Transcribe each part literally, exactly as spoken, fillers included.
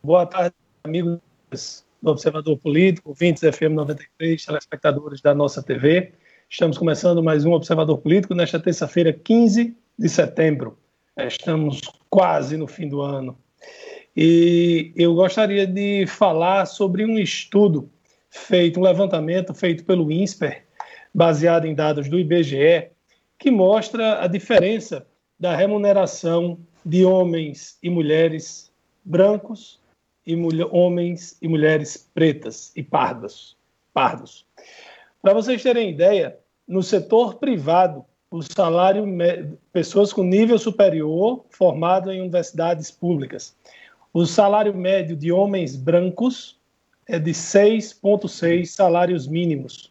Boa tarde, amigos do Observador Político, ouvintes da F M noventa e três, telespectadores da nossa T V. Estamos começando mais um Observador Político nesta terça-feira, quinze de setembro. Estamos quase no fim do ano. E eu gostaria de falar sobre um estudo feito, um levantamento feito pelo INSPER, baseado em dados do I B G E, que mostra a diferença da remuneração de homens e mulheres brancos e mulher, homens e mulheres pretas e pardas, pardos. Para vocês terem ideia, no setor privado, o salário, pessoas com nível superior formado em universidades públicas, o salário médio de homens brancos é de seis vírgula seis salários mínimos.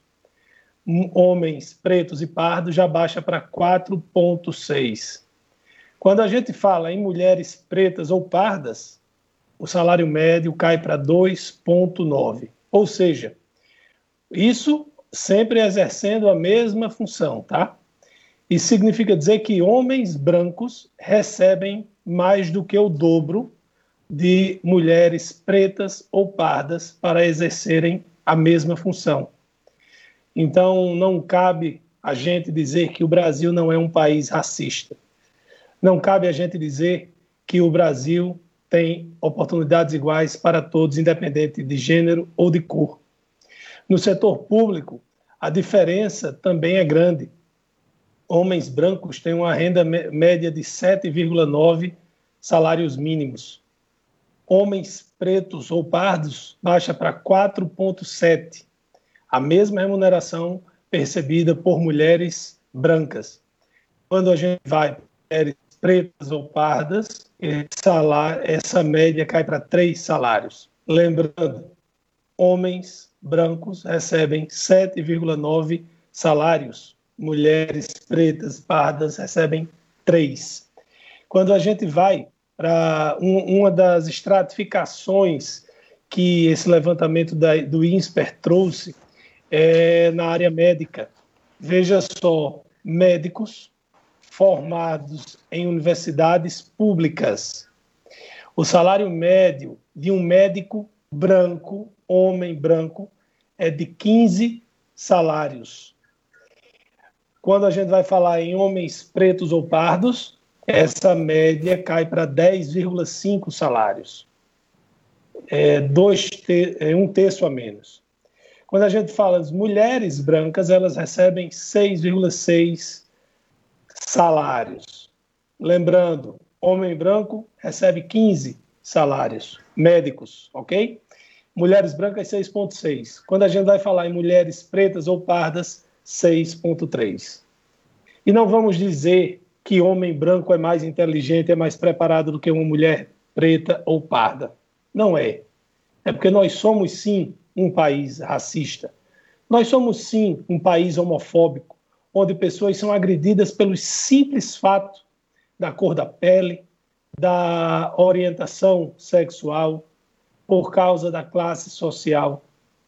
Homens pretos e pardos já baixa para quatro vírgula seis. Quando a gente fala em mulheres pretas ou pardas, o salário médio cai para dois vírgula nove. Ou seja, isso sempre exercendo a mesma função, tá? Isso significa dizer que homens brancos recebem mais do que o dobro de mulheres pretas ou pardas para exercerem a mesma função. Então, não cabe a gente dizer que o Brasil não é um país racista. Não cabe a gente dizer que o Brasil tem oportunidades iguais para todos, independente de gênero ou de cor. No setor público, a diferença também é grande. Homens brancos têm uma renda média de sete vírgula nove salários mínimos. Homens pretos ou pardos baixa para quatro vírgula sete. A mesma remuneração percebida por mulheres brancas. Quando a gente vai para mulheres pretas ou pardas, salário, essa média cai para três salários. Lembrando, homens brancos recebem sete vírgula nove salários, mulheres pretas pardas recebem três. Quando a gente vai para um, uma das estratificações que esse levantamento da, do INSPER trouxe, é na área médica. Veja só, médicos formados em universidades públicas. O salário médio de um médico branco, homem branco, é de quinze salários. Quando a gente vai falar em homens pretos ou pardos, essa média cai para dez vírgula cinco salários. É, dois te- é um terço a menos. Quando a gente fala das mulheres brancas, elas recebem seis vírgula seis salários. Lembrando, homem branco recebe quinze salários médicos, ok? Mulheres brancas, seis vírgula seis. Quando a gente vai falar em mulheres pretas ou pardas, seis vírgula três. E não vamos dizer que homem branco é mais inteligente, é mais preparado do que uma mulher preta ou parda. Não é. É porque nós somos, sim, um país racista. Nós somos, sim, um país homofóbico, onde pessoas são agredidas pelo simples fato da cor da pele, da orientação sexual, por causa da classe social.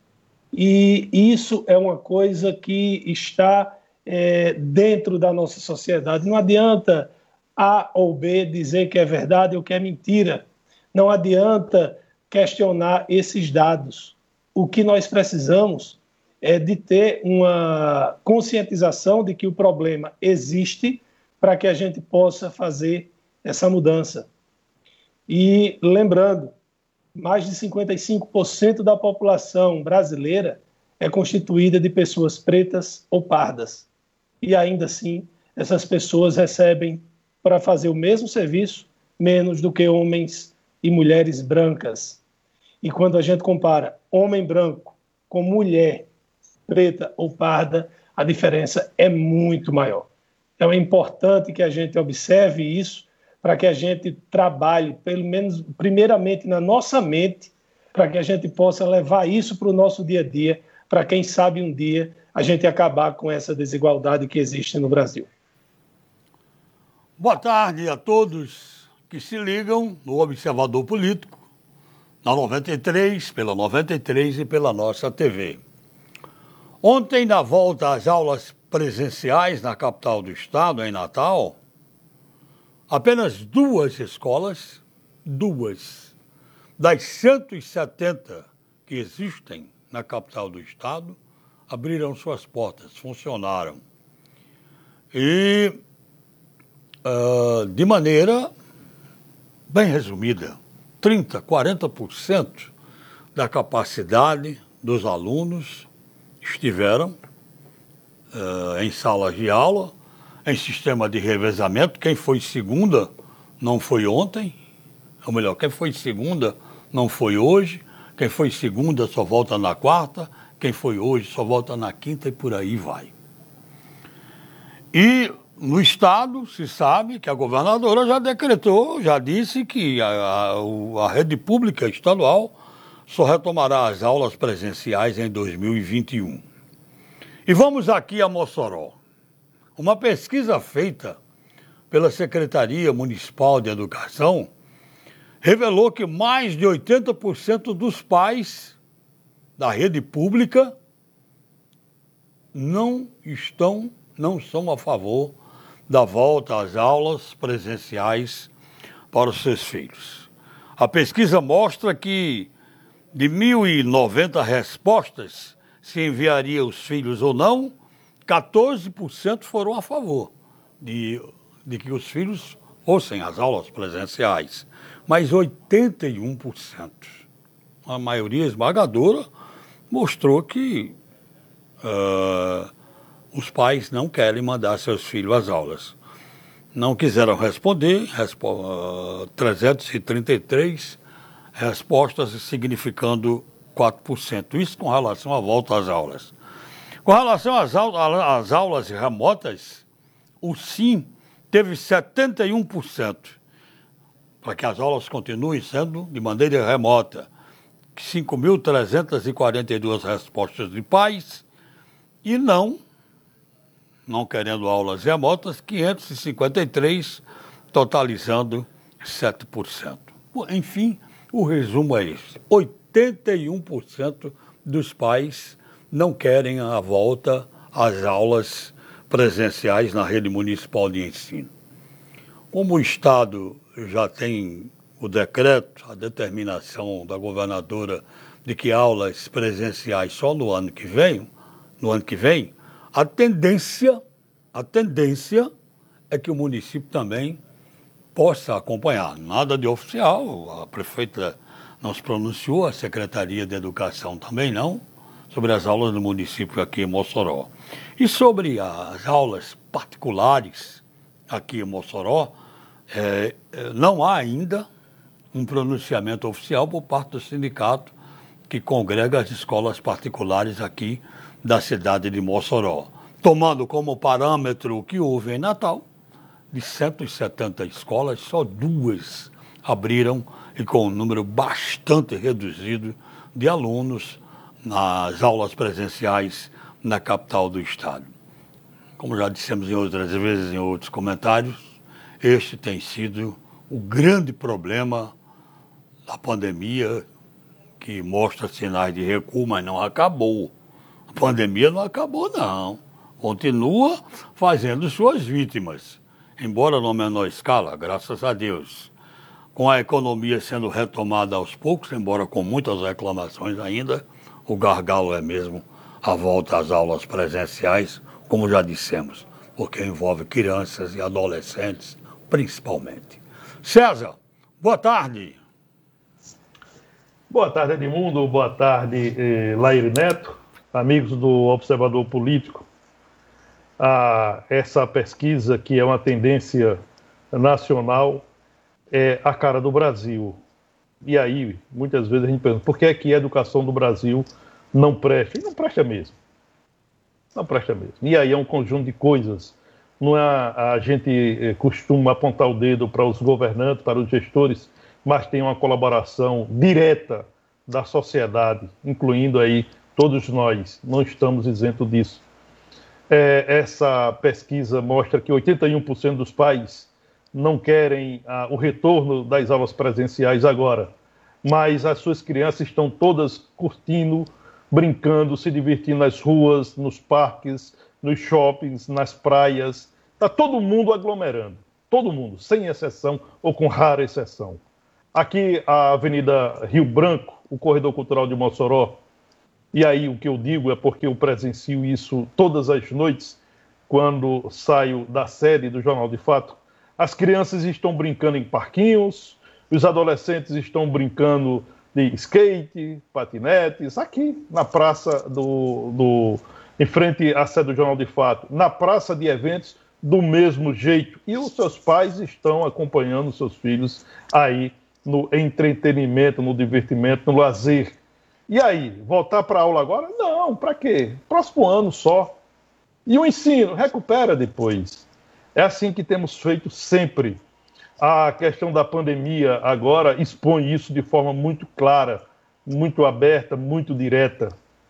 E isso é uma coisa que está é, dentro da nossa sociedade. Não adianta A ou B dizer que é verdade ou que é mentira. Não adianta questionar esses dados. O que nós precisamos é de ter uma conscientização de que o problema existe para que a gente possa fazer essa mudança. E lembrando, mais de cinquenta e cinco por cento da população brasileira é constituída de pessoas pretas ou pardas. E ainda assim, essas pessoas recebem, para fazer o mesmo serviço, menos do que homens e mulheres brancas. E quando a gente compara homem branco com mulher preta ou parda, a diferença é muito maior. Então é importante que a gente observe isso para que a gente trabalhe, pelo menos primeiramente na nossa mente, para que a gente possa levar isso para o nosso dia a dia, para quem sabe um dia a gente acabar com essa desigualdade que existe no Brasil. Boa tarde a todos que se ligam no Observador Político, na noventa e três, pela noventa e três e pela nossa T V. Ontem, na volta às aulas presenciais na capital do estado, em Natal, apenas duas escolas, duas, das cento e setenta que existem na capital do estado, abriram suas portas, funcionaram. E, uh, de maneira bem resumida, trinta, quarenta por cento da capacidade dos alunos estiveram uh, em salas de aula, em sistema de revezamento. Quem foi segunda não foi ontem, ou melhor, quem foi segunda não foi hoje, quem foi segunda só volta na quarta, quem foi hoje só volta na quinta e por aí vai. E no estado se sabe que a governadora já decretou, já disse que a, a, a rede pública estadual só retomará as aulas presenciais em dois mil e vinte e um. E vamos aqui a Mossoró. Uma pesquisa feita pela Secretaria Municipal de Educação revelou que mais de oitenta por cento dos pais da rede pública não estão, não são a favor da volta às aulas presenciais para os seus filhos. A pesquisa mostra que de mil e noventa respostas se enviaria os filhos ou não, quatorze por cento foram a favor de, de que os filhos fossem às aulas presenciais, mas oitenta e um por cento, a maioria esmagadora, mostrou que uh, os pais não querem mandar seus filhos às aulas. Não quiseram responder, respo uh, trezentas e trinta e três respostas, significando quatro por cento. Isso com relação à volta às aulas. Com relação às, au às aulas remotas, o sim teve setenta e um por cento para que as aulas continuem sendo de maneira remota. cinco mil trezentas e quarenta e duas respostas de pais e não, não querendo aulas remotas, quinhentos e cinquenta e três, totalizando sete por cento. Enfim, o resumo é esse. oitenta e um por cento dos pais não querem a volta às aulas presenciais na rede municipal de ensino. Como o Estado já tem o decreto, a determinação da governadora de que aulas presenciais só no ano que vem, no ano que vem, a tendência, a tendência é que o município também possa acompanhar. Nada de oficial, a prefeita não se pronunciou, a Secretaria de Educação também não, sobre as aulas do município aqui em Mossoró. E sobre as aulas particulares aqui em Mossoró, é, não há ainda um pronunciamento oficial por parte do sindicato que congrega as escolas particulares aqui da cidade de Mossoró, tomando como parâmetro o que houve em Natal. De cento e setenta escolas, só duas abriram e com um número bastante reduzido de alunos nas aulas presenciais na capital do estado. Como já dissemos em outras vezes, em outros comentários, este tem sido o grande problema da pandemia, que mostra sinais de recuo, mas não acabou. A pandemia não acabou, não. Continua fazendo suas vítimas, embora na menor escala, graças a Deus. Com a economia sendo retomada aos poucos, embora com muitas reclamações ainda, o gargalo é mesmo a volta às aulas presenciais, como já dissemos, porque envolve crianças e adolescentes, principalmente. César, boa tarde. Boa tarde, Edmundo. Boa tarde, eh, Laíri Neto, amigos do Observador Político. Ah, essa pesquisa, que é uma tendência nacional, é a cara do Brasil. E aí, muitas vezes a gente pergunta, por que é que a educação do Brasil não presta? E não presta mesmo. Não presta mesmo. E aí é um conjunto de coisas. Não é a, a gente costuma apontar o dedo para os governantes, para os gestores, mas tem uma colaboração direta da sociedade, incluindo aí todos nós. Não estamos isentos disso. É, essa pesquisa mostra que oitenta e um por cento dos pais não querem ah, o retorno das aulas presenciais agora, mas as suas crianças estão todas curtindo, brincando, se divertindo nas ruas, nos parques, nos shoppings, nas praias. Está todo mundo aglomerando, todo mundo, sem exceção ou com rara exceção. Aqui, a Avenida Rio Branco, o Corredor Cultural de Mossoró, e aí o que eu digo é porque eu presencio isso todas as noites, quando saio da série do Jornal de Fato. As crianças estão brincando em parquinhos, os adolescentes estão brincando de skate, patinetes, aqui na praça do, do em frente à sede do Jornal de Fato, na praça de eventos, do mesmo jeito. E os seus pais estão acompanhando os seus filhos aí no entretenimento, no divertimento, no lazer. E aí, voltar para a aula agora? Não, para quê? Próximo ano só. E o ensino? Recupera depois. É assim que temos feito sempre. A questão da pandemia agora expõe isso de forma muito clara, muito aberta, muito direta.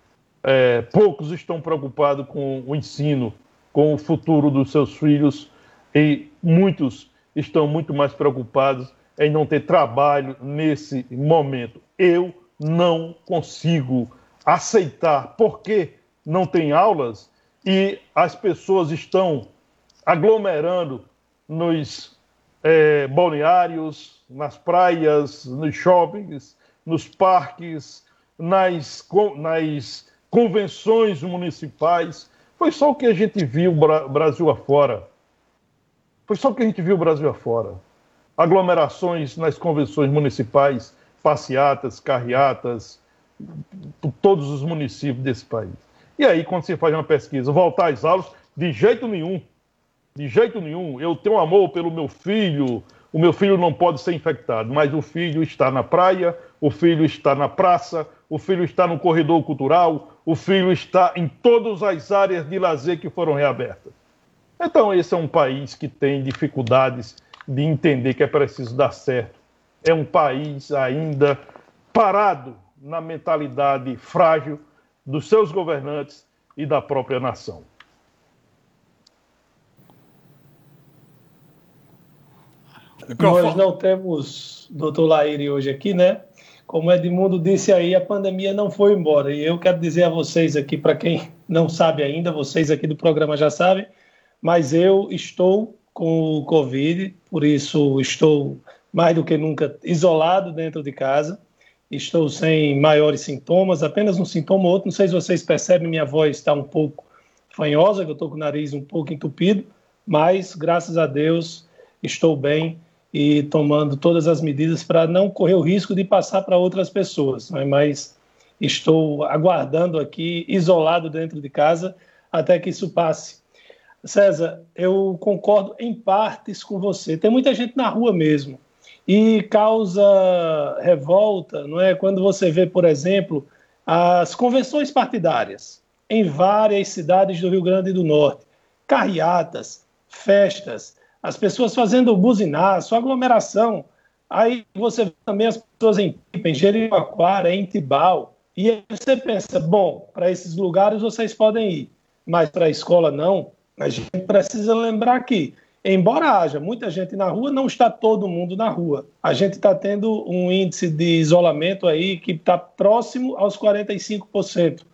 É, poucos estão preocupados com o ensino, com o futuro dos seus filhos, e muitos estão muito mais preocupados em não ter trabalho nesse momento. Eu não consigo aceitar porque não tem aulas e as pessoas estão aglomerando nos é, balneários, nas praias, nos shoppings, nos parques, nas, nas convenções municipais. Foi só o que a gente viu Brasil afora. Foi só o que a gente viu Brasil afora. Aglomerações nas convenções municipais, passeatas, carreatas, por todos os municípios desse país. E aí, quando você faz uma pesquisa, voltar às aulas, de jeito nenhum. De jeito nenhum. Eu tenho amor pelo meu filho, o meu filho não pode ser infectado, mas o filho está na praia, o filho está na praça, o filho está no corredor cultural, o filho está em todas as áreas de lazer que foram reabertas. Então, esse é um país que tem dificuldades de entender que é preciso dar certo. É um país ainda parado na mentalidade frágil dos seus governantes e da própria nação. Nós não temos doutor Laíri hoje aqui, né? Como Edmundo disse aí, a pandemia não foi embora. E eu quero dizer a vocês aqui, para quem não sabe ainda, vocês aqui do programa já sabem, mas eu estou com o Covid, por isso estou mais do que nunca isolado dentro de casa. Estou sem maiores sintomas, apenas um sintoma ou outro. Não sei se vocês percebem, minha voz está um pouco fanhosa, que eu estou com o nariz um pouco entupido, mas, graças a Deus, estou bem e tomando todas as medidas para não correr o risco de passar para outras pessoas. Né? Mas estou aguardando aqui, isolado dentro de casa, até que isso passe. César, eu concordo em partes com você. Tem muita gente na rua mesmo. E causa revolta, não é? Quando você vê, por exemplo, as convenções partidárias em várias cidades do Rio Grande do Norte, carreatas, festas, as pessoas fazendo buzinaço, aglomeração. Aí você vê também as pessoas em Pipa, em Jericoacoara, em Tibau. E aí você pensa, bom, para esses lugares vocês podem ir, mas para a escola não. A gente precisa lembrar que, embora haja muita gente na rua, não está todo mundo na rua. A gente está tendo um índice de isolamento aí que está próximo aos quarenta e cinco por cento.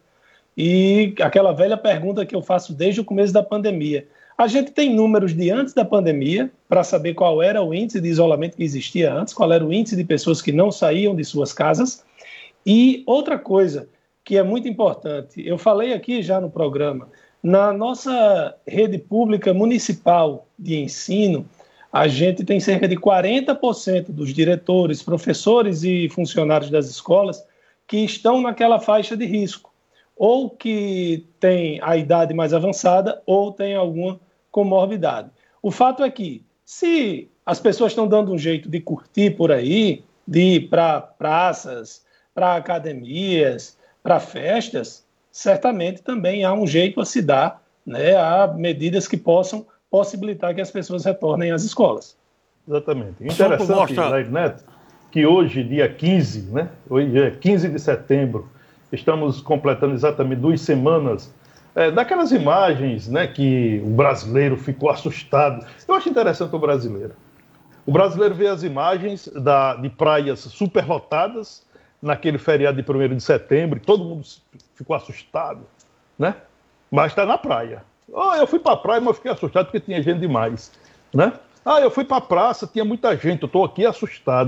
E aquela velha pergunta que eu faço desde o começo da pandemia. A gente tem números de antes da pandemia para saber qual era o índice de isolamento que existia antes, qual era o índice de pessoas que não saíam de suas casas. E outra coisa que é muito importante, eu falei aqui já no programa, na nossa rede pública municipal de ensino, a gente tem cerca de quarenta por cento dos diretores, professores e funcionários das escolas que estão naquela faixa de risco, ou que têm a idade mais avançada, ou têm alguma comorbidade. O fato é que, se as pessoas estão dando um jeito de curtir por aí, de ir para praças, para academias, para festas, certamente também há um jeito a se dar, né, há medidas que possam possibilitar que as pessoas retornem às escolas. Exatamente. Interessante, Laíri Neto, que hoje, dia quinze, né, hoje é quinze de setembro, estamos completando exatamente duas semanas é, daquelas imagens, né, que o brasileiro ficou assustado. Eu acho interessante o brasileiro. O brasileiro vê as imagens da, de praias superlotadas naquele feriado de primeiro de setembro, e todo mundo ficou assustado, né? Mas está na praia. Oh, eu fui para a praia, mas fiquei assustado porque tinha gente demais, né? Ah, eu fui para a praça, tinha muita gente, eu estou aqui assustado.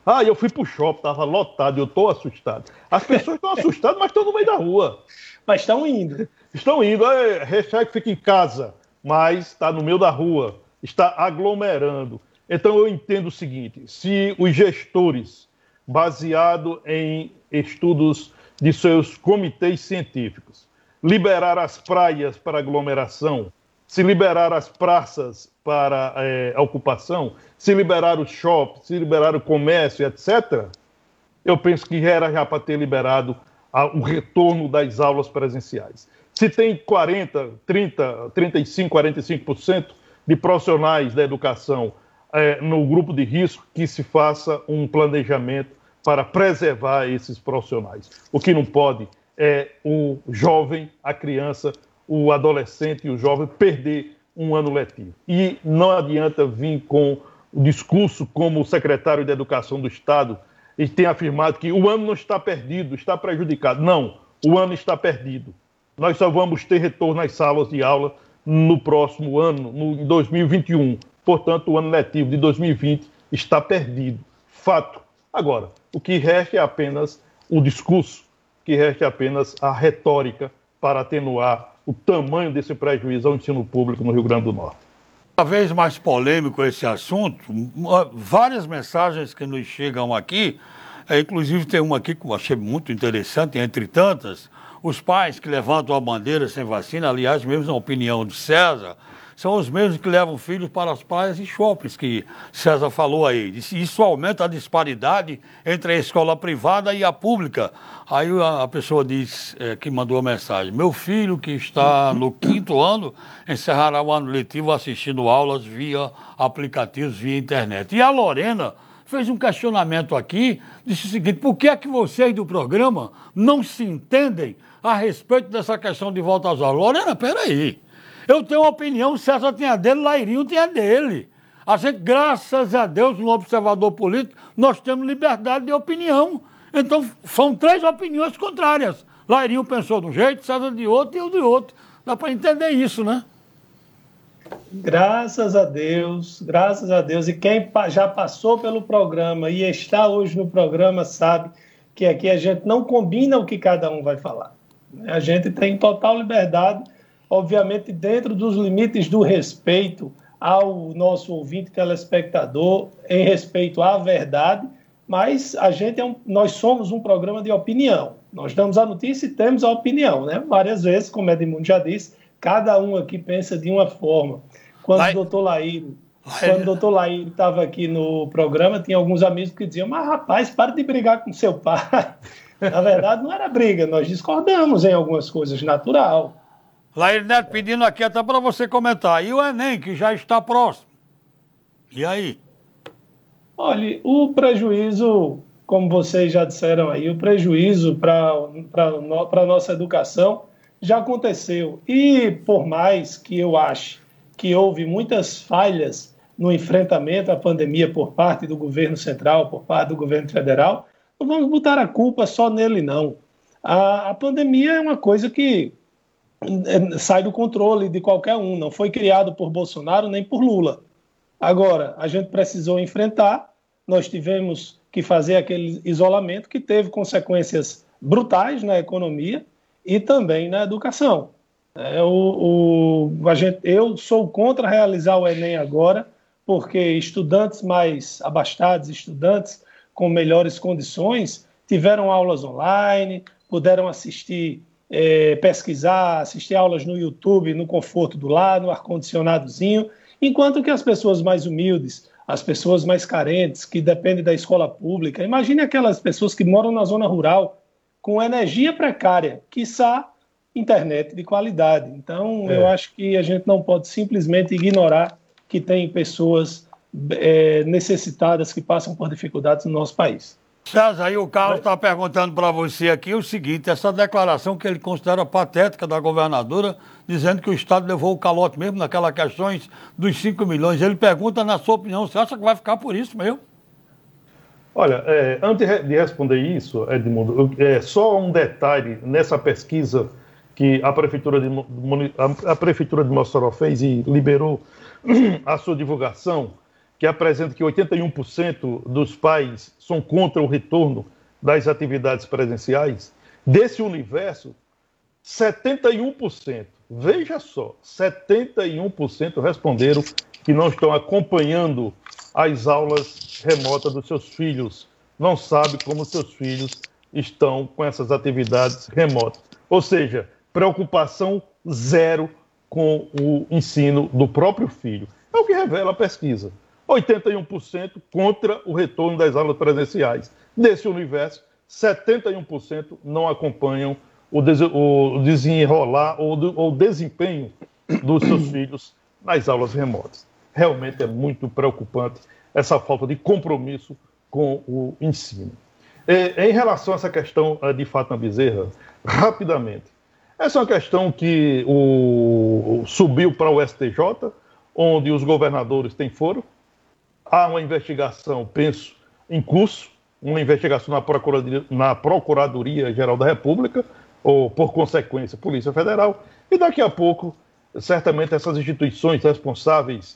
Ah, eu fui pro shopping, estava lotado, eu estou assustado. As pessoas estão assustadas, mas estão no meio da rua. Mas estão indo. Estão indo, é, hashtag fica em casa, mas está no meio da rua, está aglomerando. Então eu entendo o seguinte, se os gestores, baseado em estudos de seus comitês científicos, liberar as praias para aglomeração, se liberar as praças para é, ocupação, se liberar os shoppings, se liberar o comércio, etcétera, eu penso que era já para ter liberado a, o retorno das aulas presenciais. Se tem quarenta, trinta, trinta e cinco, quarenta e cinco por cento de profissionais da educação é, no grupo de risco, que se faça um planejamento para preservar esses profissionais. O que não pode é o jovem, a criança, o adolescente e o jovem perder um ano letivo. E não adianta vir com o discurso como o secretário de Educação do Estado e tem afirmado que o ano não está perdido, está prejudicado. Não, o ano está perdido. Nós só vamos ter retorno às salas de aula no próximo ano, no, em dois mil e vinte e um. Portanto, o ano letivo de dois mil e vinte está perdido. Fato. Agora, o que resta é apenas o discurso, o que resta é apenas a retórica para atenuar o tamanho desse prejuízo ao ensino público no Rio Grande do Norte. Cada vez mais polêmico esse assunto, várias mensagens que nos chegam aqui, é, inclusive tem uma aqui que eu achei muito interessante, entre tantas, os pais que levantam a bandeira sem vacina, aliás, mesmo na opinião de César, são os mesmos que levam filhos para as praias e shoppings, que César falou aí. Isso aumenta a disparidade entre a escola privada e a pública. Aí a pessoa diz, é, que mandou a mensagem, meu filho que está no quinto ano, encerrará o ano letivo assistindo aulas via aplicativos, via internet. E a Lorena fez um questionamento aqui, disse o seguinte, por que é que vocês do programa não se entendem a respeito dessa questão de volta às aulas? Lorena, peraí. Eu tenho uma opinião, o César tem a dele, o Lairinho tem a dele. A gente, graças a Deus, no Observador Político, nós temos liberdade de opinião. Então, são três opiniões contrárias. Lairinho pensou de um jeito, César de outro e eu de outro. Dá para entender isso, né? Graças a Deus, graças a Deus. E quem já passou pelo programa e está hoje no programa sabe que aqui a gente não combina o que cada um vai falar. A gente tem total liberdade, obviamente dentro dos limites do respeito ao nosso ouvinte telespectador, em respeito à verdade, mas a gente é um, nós somos um programa de opinião. Nós damos a notícia e temos a opinião, né? Várias vezes, como Edmundo já disse, cada um aqui pensa de uma forma. Quando Lai... o doutor Laíro, quando o doutor Laíro estava aqui no programa, tinha alguns amigos que diziam, mas rapaz, para de brigar com seu pai. Na verdade, não era briga, nós discordamos em algumas coisas, natural. Laíro Neto pedindo aqui até para você comentar. E o Enem, que já está próximo? E aí? Olha, o prejuízo, como vocês já disseram aí, o prejuízo para a nossa educação já aconteceu. E por mais que eu ache que houve muitas falhas no enfrentamento à pandemia por parte do governo central, por parte do governo federal, não vamos botar a culpa só nele, não. A, a pandemia é uma coisa que sai do controle de qualquer um, não foi criado por Bolsonaro nem por Lula. Agora, a gente precisou enfrentar, nós tivemos que fazer aquele isolamento que teve consequências brutais na economia e também na educação. É, o, o, a gente, eu sou contra realizar o Enem agora, porque estudantes mais abastados, estudantes com melhores condições, tiveram aulas online, puderam assistir É, pesquisar, assistir aulas no YouTube, no conforto do lar, no ar-condicionadozinho, enquanto que as pessoas mais humildes, as pessoas mais carentes, que dependem da escola pública, imagine aquelas pessoas que moram na zona rural, com energia precária, quiçá internet de qualidade. Então, é. eu acho que a gente não pode simplesmente ignorar que tem pessoas é, necessitadas que passam por dificuldades no nosso país. César, aí o Carlos está perguntando para você aqui o seguinte, essa declaração que ele considera patética da governadora, dizendo que o Estado levou o calote mesmo naquelas questões dos cinco milhões. Ele pergunta, na sua opinião, você acha que vai ficar por isso mesmo? Olha, é, antes de responder isso, Edmundo, é, só um detalhe nessa pesquisa que a Prefeitura de, a, a Prefeitura de Mossoró fez e liberou a sua divulgação, que apresenta que oitenta e um por cento dos pais são contra o retorno das atividades presenciais. Desse universo, setenta e um por cento, veja só, setenta e um por cento responderam que não estão acompanhando as aulas remotas dos seus filhos, não sabem como seus filhos estão com essas atividades remotas. Ou seja, preocupação zero com o ensino do próprio filho. É o que revela a pesquisa. oitenta e um por cento contra o retorno das aulas presenciais. Desse universo, setenta e um por cento não acompanham o, des o desenrolar ou o desempenho dos seus filhos nas aulas remotas. Realmente é muito preocupante essa falta de compromisso com o ensino. E, em relação a essa questão de Fátima Bezerra, rapidamente, essa é uma questão que o, subiu para o S T J, onde os governadores têm foro. Há uma investigação, penso, em curso, uma investigação na Procuradoria, na Procuradoria-Geral da República, ou, por consequência, Polícia Federal, e daqui a pouco, certamente, essas instituições responsáveis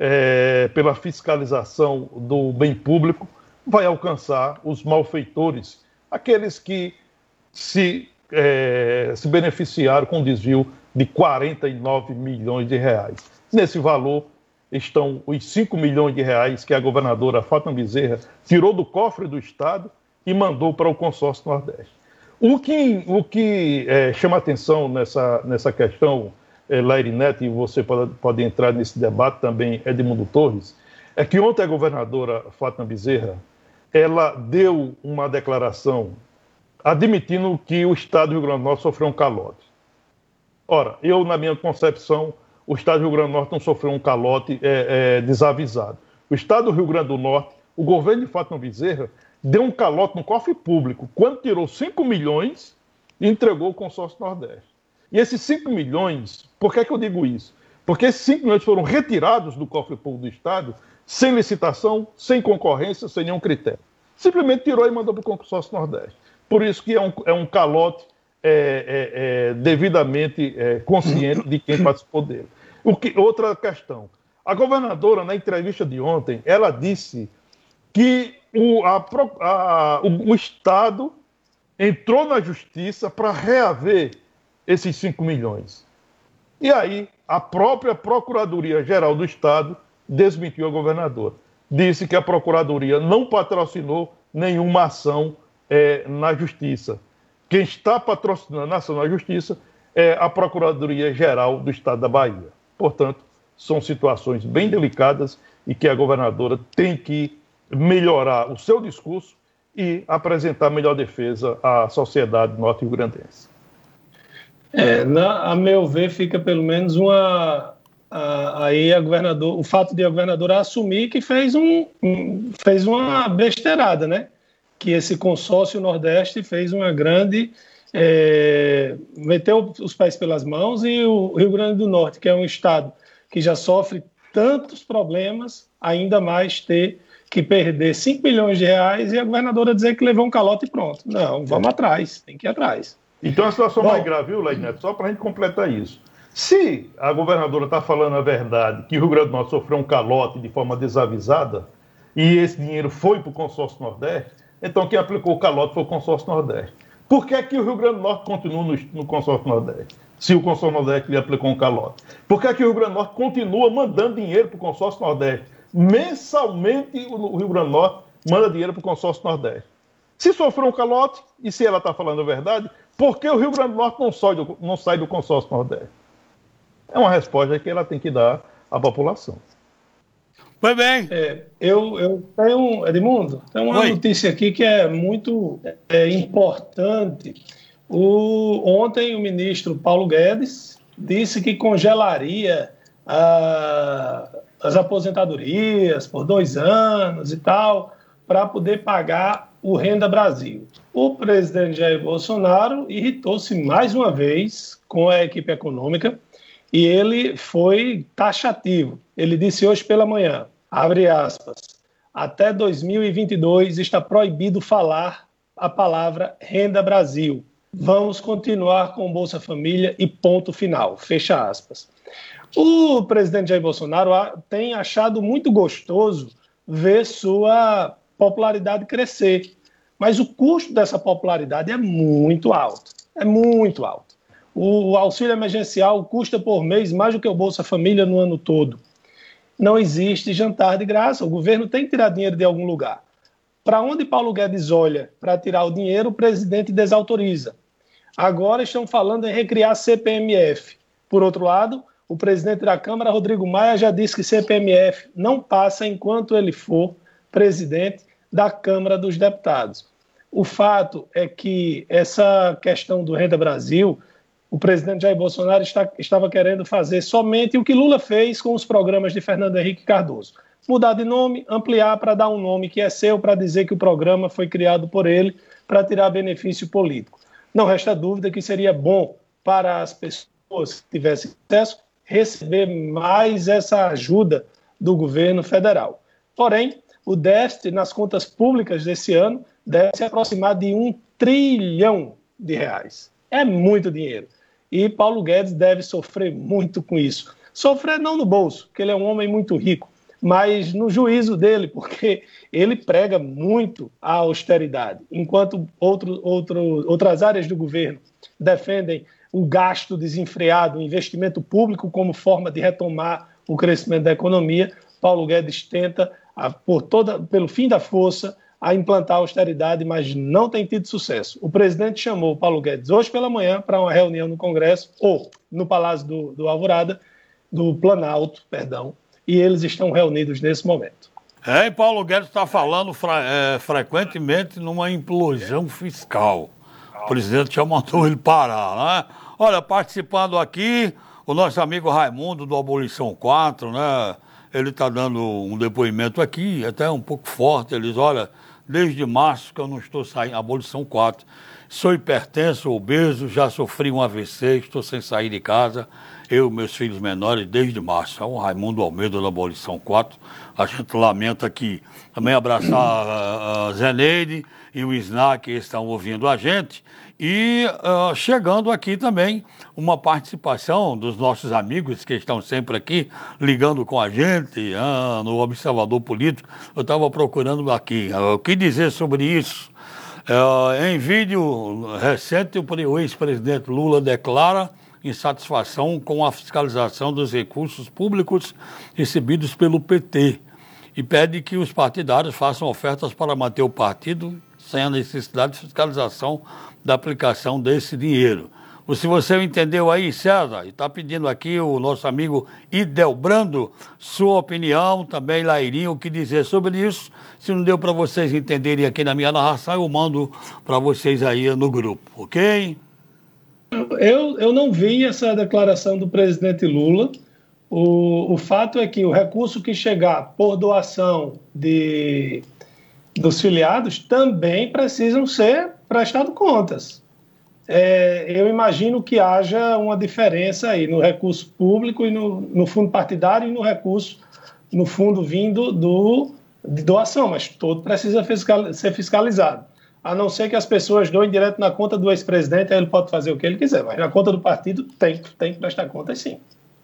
é, pela fiscalização do bem público vai alcançar os malfeitores, aqueles que se, é, se beneficiaram com desvio de quarenta e nove milhões de reais. Nesse valor estão os cinco milhões de reais que a governadora Fátima Bezerra tirou do cofre do Estado e mandou para o consórcio Nordeste. O que, o que é, chama atenção nessa, nessa questão, é, Laire Neto, e você pode, pode entrar nesse debate também, Edmundo Torres, é que ontem a governadora Fátima Bezerra ela deu uma declaração admitindo que o Estado do Rio Grande do Norte sofreu um calote. Ora, eu, na minha concepção, o Estado do Rio Grande do Norte não sofreu um calote é, é, desavisado. O Estado do Rio Grande do Norte, o governo de Fátima Bezerra, deu um calote no cofre público quando tirou cinco milhões e entregou o consórcio Nordeste. E esses cinco milhões, por que é que eu digo isso? Porque esses cinco milhões foram retirados do cofre público do Estado sem licitação, sem concorrência, sem nenhum critério. Simplesmente tirou e mandou para o consórcio Nordeste. Por isso que é um, é um calote é, é, é, devidamente é, consciente de quem participou dele. O que, outra questão. A governadora, na entrevista de ontem, ela disse que o, a, a, o, o Estado entrou na justiça para reaver esses cinco milhões. E aí, a própria Procuradoria-Geral do Estado desmentiu a governadora. Disse que a Procuradoria não patrocinou nenhuma ação é, na Justiça. Quem está patrocinando a ação na Justiça é a Procuradoria-Geral do Estado da Bahia. Portanto, são situações bem delicadas e que a governadora tem que melhorar o seu discurso e apresentar melhor defesa à sociedade norte-riograndense. É, na, a meu ver, fica pelo menos uma... A, aí a governador, o fato de a governadora assumir que fez, um, um, fez uma besteirada, né? Que esse consórcio Nordeste fez uma grande... É, meteu os pés pelas mãos e o Rio Grande do Norte, que é um estado que já sofre tantos problemas, ainda mais ter que perder cinco milhões de reais e a governadora dizer que levou um calote e pronto. Não, vamos atrás, tem que ir atrás. Então a situação Bom, mais grave, viu, Laire Neto? Só para a gente completar isso. Se a governadora está falando a verdade, que o Rio Grande do Norte sofreu um calote de forma desavisada e esse dinheiro foi para o consórcio Nordeste, então quem aplicou o calote foi o consórcio Nordeste. Por que é que o Rio Grande do Norte continua no, no consórcio Nordeste, se o consórcio Nordeste lhe aplicou um calote? Por que é que o Rio Grande do Norte continua mandando dinheiro para o consórcio Nordeste? Mensalmente o Rio Grande do Norte manda dinheiro para o consórcio Nordeste. Se sofreu um calote, e se ela está falando a verdade, por que o Rio Grande do Norte não sai do, não sai do consórcio Nordeste? É uma resposta que ela tem que dar à população. Foi bem. É, eu, eu tenho, Edmundo, tem uma Oi. notícia aqui que é muito é, importante. O, ontem o ministro Paulo Guedes disse que congelaria a, as aposentadorias por dois anos e tal, para poder pagar o Renda Brasil. O presidente Jair Bolsonaro irritou-se mais uma vez com a equipe econômica e ele foi taxativo. Ele disse hoje pela manhã, abre aspas, até dois mil e vinte e dois está proibido falar a palavra Renda Brasil. Vamos continuar com Bolsa Família e ponto final, fecha aspas. O presidente Jair Bolsonaro tem achado muito gostoso ver sua popularidade crescer, mas o custo dessa popularidade é muito alto, é muito alto. O auxílio emergencial custa por mês mais do que o Bolsa Família no ano todo. Não existe jantar de graça, o governo tem que tirar dinheiro de algum lugar. Para onde Paulo Guedes olha para tirar o dinheiro, o presidente desautoriza. Agora estão falando em recriar C P M F. Por outro lado, o presidente da Câmara, Rodrigo Maia, já disse que C P M F não passa enquanto ele for presidente da Câmara dos Deputados. O fato é que essa questão do Renda Brasil, o presidente Jair Bolsonaro está, estava querendo fazer somente o que Lula fez com os programas de Fernando Henrique Cardoso. Mudar de nome, ampliar para dar um nome que é seu, para dizer que o programa foi criado por ele para tirar benefício político. Não resta dúvida que seria bom para as pessoas que tivessem acesso receber mais essa ajuda do governo federal. Porém, o déficit nas contas públicas desse ano deve se aproximar de um trilhão de reais. É muito dinheiro. E Paulo Guedes deve sofrer muito com isso. Sofrer não no bolso, porque ele é um homem muito rico, mas no juízo dele, porque ele prega muito a austeridade, enquanto outro, outro, outras áreas do governo defendem o gasto desenfreado, o investimento público como forma de retomar o crescimento da economia. Paulo Guedes tenta, a, por toda, pelo fim da força, a implantar a austeridade, mas não tem tido sucesso. O presidente chamou Paulo Guedes hoje pela manhã para uma reunião no Congresso, ou no Palácio do, do Alvorada, do Planalto, perdão, e eles estão reunidos nesse momento. É, e Paulo Guedes está falando fra- é, frequentemente numa implosão fiscal. O presidente já mandou ele parar, né? Olha, participando aqui, o nosso amigo Raimundo do Abolição quatro, né? Ele está dando um depoimento aqui, até um pouco forte. Ele diz, olha, desde março que eu não estou saindo, Abolição quatro. Sou hipertenso, obeso, já sofri um A V C, estou sem sair de casa. Eu e meus filhos menores desde março. É o Raimundo Almeida da Abolição quatro. A gente lamenta aqui. Também abraçar a, a Zeneide e o Isna, que estão ouvindo a gente. E uh, chegando aqui também uma participação dos nossos amigos que estão sempre aqui ligando com a gente uh, no Observador Político. Eu estava procurando aqui uh, o que dizer sobre isso. Uh, em vídeo recente, o ex-presidente Lula declara insatisfação com a fiscalização dos recursos públicos recebidos pelo P T e pede que os partidários façam ofertas para manter o partido sem a necessidade de fiscalização da aplicação desse dinheiro. Se você entendeu aí, César, e está pedindo aqui o nosso amigo Idelbrando, sua opinião, também Lairinho, o que dizer sobre isso. Se não deu para vocês entenderem aqui na minha narração, eu mando para vocês aí no grupo, ok? Eu, eu não vi essa declaração do presidente Lula. O, o fato é que o recurso que chegar por doação de, dos filiados também precisam ser prestados contas. É, eu imagino que haja uma diferença aí no recurso público e no, no fundo partidário e no recurso, no fundo vindo do, de doação, mas todo precisa fiscal, ser fiscalizado. A não ser que as pessoas doem direto na conta do ex-presidente, aí ele pode fazer o que ele quiser, mas na conta do partido tem, tem que prestar contas, sim.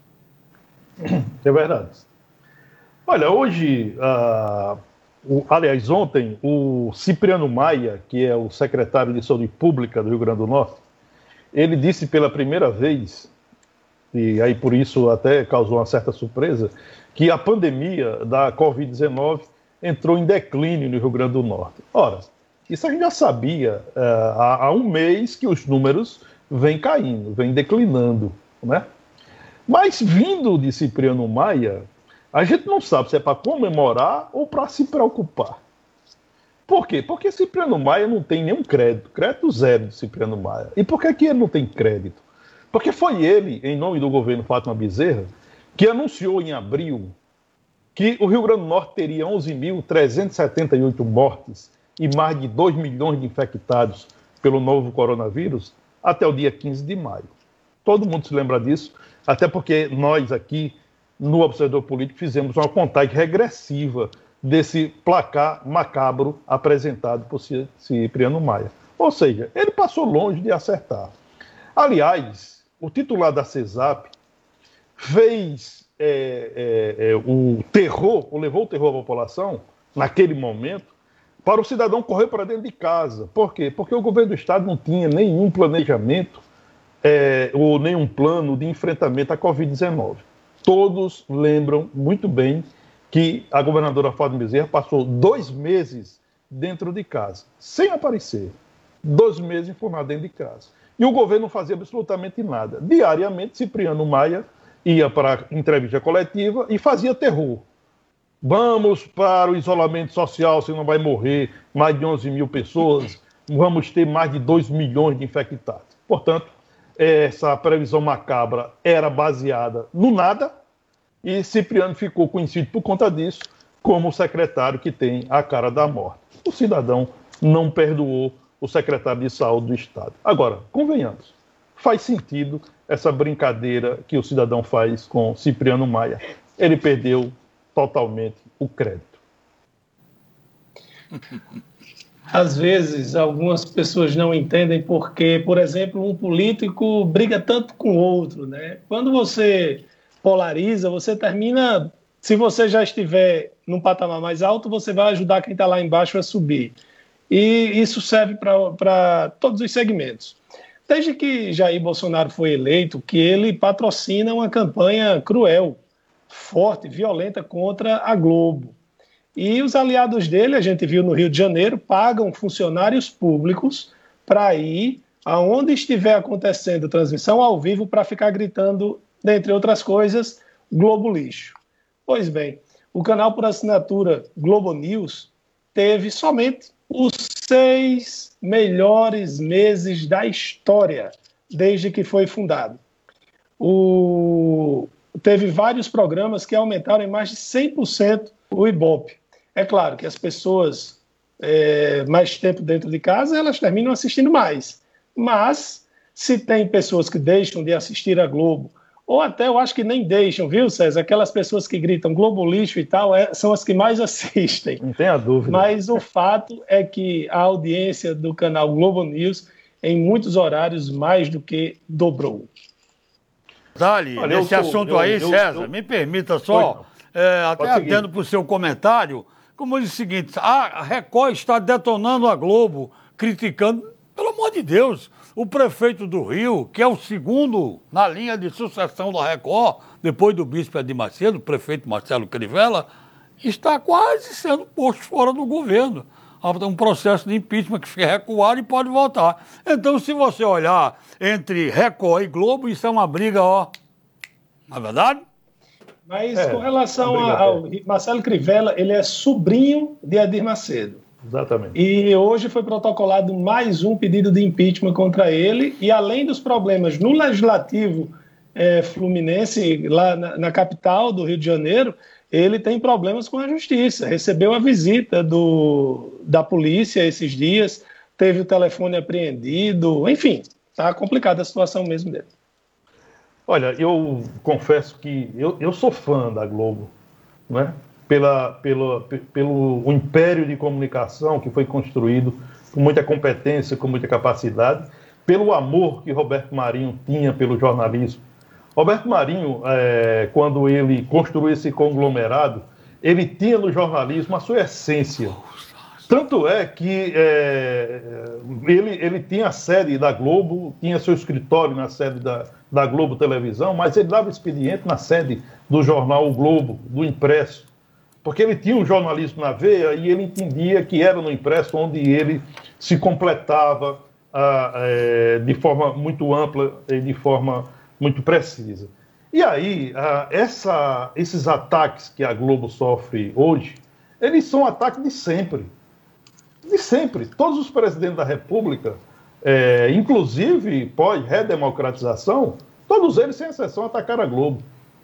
É verdade. Olha, hoje, uh, o, aliás, ontem, o Cipriano Maia, que é o secretário de Saúde Pública do Rio Grande do Norte, ele disse pela primeira vez, e aí por isso até causou uma certa surpresa, que a pandemia da covid dezenove entrou em declínio no Rio Grande do Norte. Ora, isso a gente já sabia uh, há, há um mês que os números vêm caindo, vêm declinando, né? Mas vindo de Cipriano Maia, a gente não sabe se é para comemorar ou para se preocupar. Por quê? Porque Cipriano Maia não tem nenhum crédito, crédito zero de Cipriano Maia. E por que que ele não tem crédito? Porque foi ele, em nome do governo Fátima Bezerra, que anunciou em abril que o Rio Grande do Norte teria onze mil trezentos e setenta e oito mortes e mais de dois milhões de infectados pelo novo coronavírus até o dia quinze de maio. Todo mundo se lembra disso, até porque nós aqui, no Observador Político, fizemos uma contagem regressiva desse placar macabro apresentado por Cipriano Maia. Ou seja, ele passou longe de acertar. Aliás, o titular da CESAP fez é, é, é, o terror, ou levou o terror à população, naquele momento, para o cidadão correr para dentro de casa. Por quê? Porque o governo do Estado não tinha nenhum planejamento é, ou nenhum plano de enfrentamento à covid dezenove. Todos lembram muito bem que a governadora Fátima Bezerra passou dois meses dentro de casa, sem aparecer. Dois meses informado dentro de casa. E o governo não fazia absolutamente nada. Diariamente, Cipriano Maia ia para a entrevista coletiva e fazia terror. Vamos para o isolamento social, senão vai morrer mais de onze mil pessoas, vamos ter mais de dois milhões de infectados. Portanto, essa previsão macabra era baseada no nada, e Cipriano ficou conhecido por conta disso como o secretário que tem a cara da morte. O cidadão não perdoou o secretário de saúde do Estado. Agora, convenhamos, faz sentido essa brincadeira que o cidadão faz com Cipriano Maia. Ele perdeu totalmente o crédito. Às vezes, algumas pessoas não entendem porque, por exemplo, um político briga tanto com o outro, né? Quando você polariza, você termina... Se você já estiver num patamar mais alto, você vai ajudar quem está lá embaixo a subir. E isso serve para todos os segmentos. Desde que Jair Bolsonaro foi eleito, que ele patrocina uma campanha cruel, forte, violenta contra a Globo. E os aliados dele, a gente viu no Rio de Janeiro, pagam funcionários públicos para ir aonde estiver acontecendo transmissão ao vivo para ficar gritando, dentre outras coisas, Globo lixo. Pois bem, o canal por assinatura Globo News teve somente os seis melhores meses da história desde que foi fundado. O... Teve vários programas que aumentaram em mais de cem por cento o Ibope. É claro que as pessoas é, mais tempo dentro de casa, elas terminam assistindo mais. Mas, se tem pessoas que deixam de assistir a Globo, ou até eu acho que nem deixam, viu, César? Aquelas pessoas que gritam Globo lixo e tal, é, são as que mais assistem. Não tenha dúvida. Mas o fato é que a audiência do canal Globo News, em muitos horários, mais do que dobrou. Dali, Olha, nesse eu, assunto eu, aí, eu, César, eu, me permita só, é, até atendo para o seu comentário, como diz o seguinte, a Record está detonando a Globo, criticando, pelo amor de Deus, o prefeito do Rio, que é o segundo na linha de sucessão da Record, depois do bispo Edir Macedo, o prefeito Marcelo Crivella, está quase sendo posto fora do governo. Há um processo de impeachment que fica recuado e pode voltar. Então, se você olhar entre Record e Globo, isso é uma briga, ó, não é verdade? Mas é, com relação ao Marcelo Crivella, ele é sobrinho de Edir Macedo. Exatamente. E hoje foi protocolado mais um pedido de impeachment contra ele, e além dos problemas no Legislativo é, Fluminense, lá na, na capital do Rio de Janeiro, ele tem problemas com a Justiça. Recebeu a visita do, da polícia esses dias, teve o telefone apreendido, enfim, está complicada a situação mesmo dele. Olha, eu confesso que eu, eu sou fã da Globo, não é? Pela, pela, pelo o império de comunicação que foi construído com muita competência, com muita capacidade, pelo amor que Roberto Marinho tinha pelo jornalismo. Roberto Marinho, é, quando ele construiu esse conglomerado, ele tinha no jornalismo a sua essência. Tanto é que é, ele, ele tinha a sede da Globo, tinha seu escritório na sede da, da Globo Televisão, mas ele dava expediente na sede do jornal O Globo, do impresso. Porque ele tinha um jornalismo na veia e ele entendia que era no impresso onde ele se completava ah, é, de forma muito ampla e de forma muito precisa. E aí, ah, essa, esses ataques que a Globo sofre hoje, eles são ataques de sempre. De sempre. Todos os presidentes da República, é, inclusive pós-redemocratização, todos eles, sem exceção, atacaram a Globo.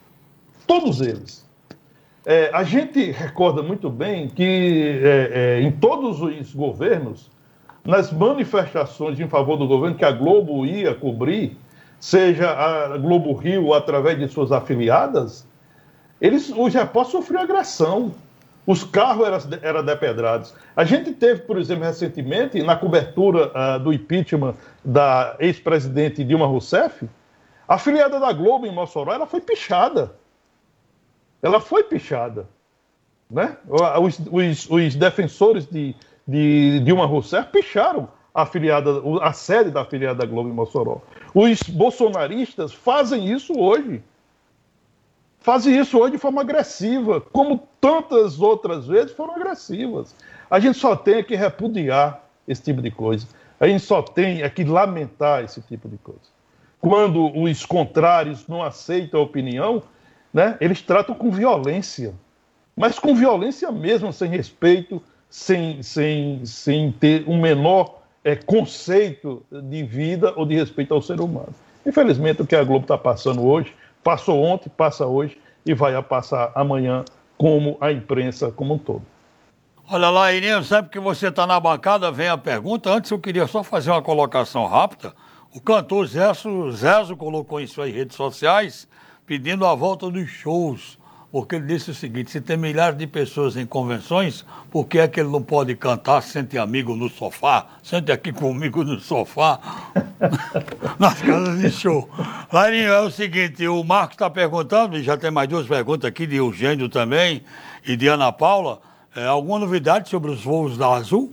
Todos eles. É, a gente recorda muito bem que é, é, em todos os governos, nas manifestações em favor do governo que a Globo ia cobrir, seja a Globo Rio através de suas afiliadas, eles, os repórteres sofriam agressão. Os carros eram, eram depedrados. A gente teve, por exemplo, recentemente, na cobertura uh, do impeachment da ex-presidente Dilma Rousseff, A afiliada da Globo em Mossoró, ela foi pichada. Ela foi pichada. Né? Os, os, os defensores de, de Dilma Rousseff picharam a, afiliada, a sede da afiliada da Globo em Mossoró. Os bolsonaristas fazem isso hoje. Fazem isso hoje de forma agressiva, como tantas outras vezes foram agressivas. A gente só tem que repudiar esse tipo de coisa. A gente só tem que lamentar esse tipo de coisa. Quando os contrários não aceitam a opinião, né, eles tratam com violência. Mas com violência mesmo, sem respeito, sem, sem, sem ter um menor é, conceito de vida ou de respeito ao ser humano. Infelizmente, o que a Globo está passando hoje, passou ontem, passa hoje e vai passar amanhã, como a imprensa como um todo. Olha lá, Irineu, sempre que você está na bancada, vem a pergunta. Antes eu queria só fazer uma colocação rápida. O cantor Zezo, Zezo colocou em suas redes sociais pedindo a volta dos shows, porque ele disse o seguinte: se tem milhares de pessoas em convenções, por que é que ele não pode cantar Sente Amigo no Sofá? Sente aqui comigo no sofá, nas casas de show. Lairinho, é o seguinte, o Marcos está perguntando, e já tem mais duas perguntas aqui, de Eugênio também, e de Ana Paula, é, alguma novidade sobre os voos da Azul?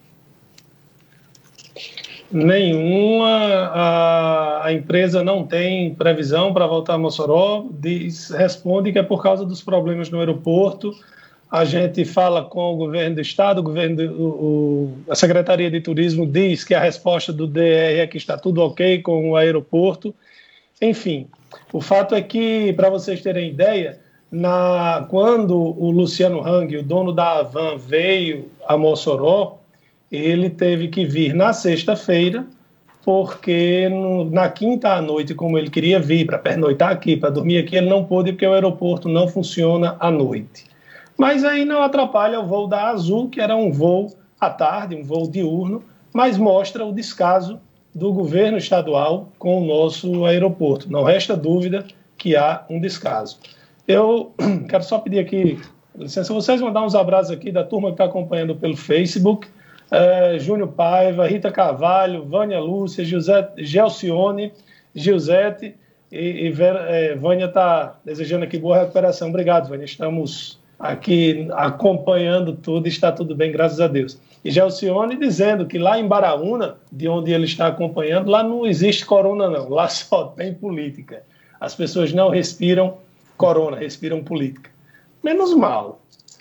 Nenhuma. A, a empresa não tem previsão para voltar a Mossoró, diz, responde que é por causa dos problemas no aeroporto. A gente fala com o governo do estado, o governo do, o, a Secretaria de Turismo diz que a resposta do D R é que está tudo ok com o aeroporto. Enfim, o fato é que, para vocês terem ideia, na, quando o Luciano Hang, o dono da Avan, veio a Mossoró, ele teve que vir na sexta-feira, porque no, na quinta à noite, como ele queria vir para pernoitar aqui, para dormir aqui, ele não pôde, porque o aeroporto não funciona à noite. Mas aí não atrapalha o voo da Azul, que era um voo à tarde, um voo diurno, mas mostra o descaso do governo estadual com o nosso aeroporto. Não resta dúvida que há um descaso. Eu quero só pedir aqui, licença, vocês mandar uns abraços aqui da turma que está acompanhando pelo Facebook. Uh, Júnior Paiva, Rita Carvalho, Vânia Lúcia, José, Gelcione, Gilzete e, e Vera, é, Vânia está desejando aqui boa recuperação. Obrigado, Vânia. Estamos aqui acompanhando tudo e está tudo bem, graças a Deus. E Gelcione dizendo que lá em Baraúna, de onde ele está acompanhando, lá não existe corona não, lá só tem política. As pessoas não respiram corona, respiram política. Menos mal.